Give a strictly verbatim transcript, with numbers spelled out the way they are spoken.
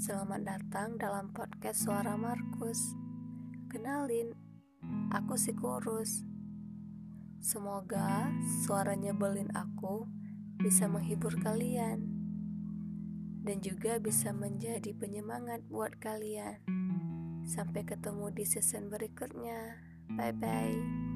Selamat datang dalam podcast Suara Markus. Kenalin, aku si Kurus. Semoga suara nyebelin aku bisa menghibur kalian dan juga bisa menjadi penyemangat buat kalian. Sampai ketemu di season berikutnya. Bye bye.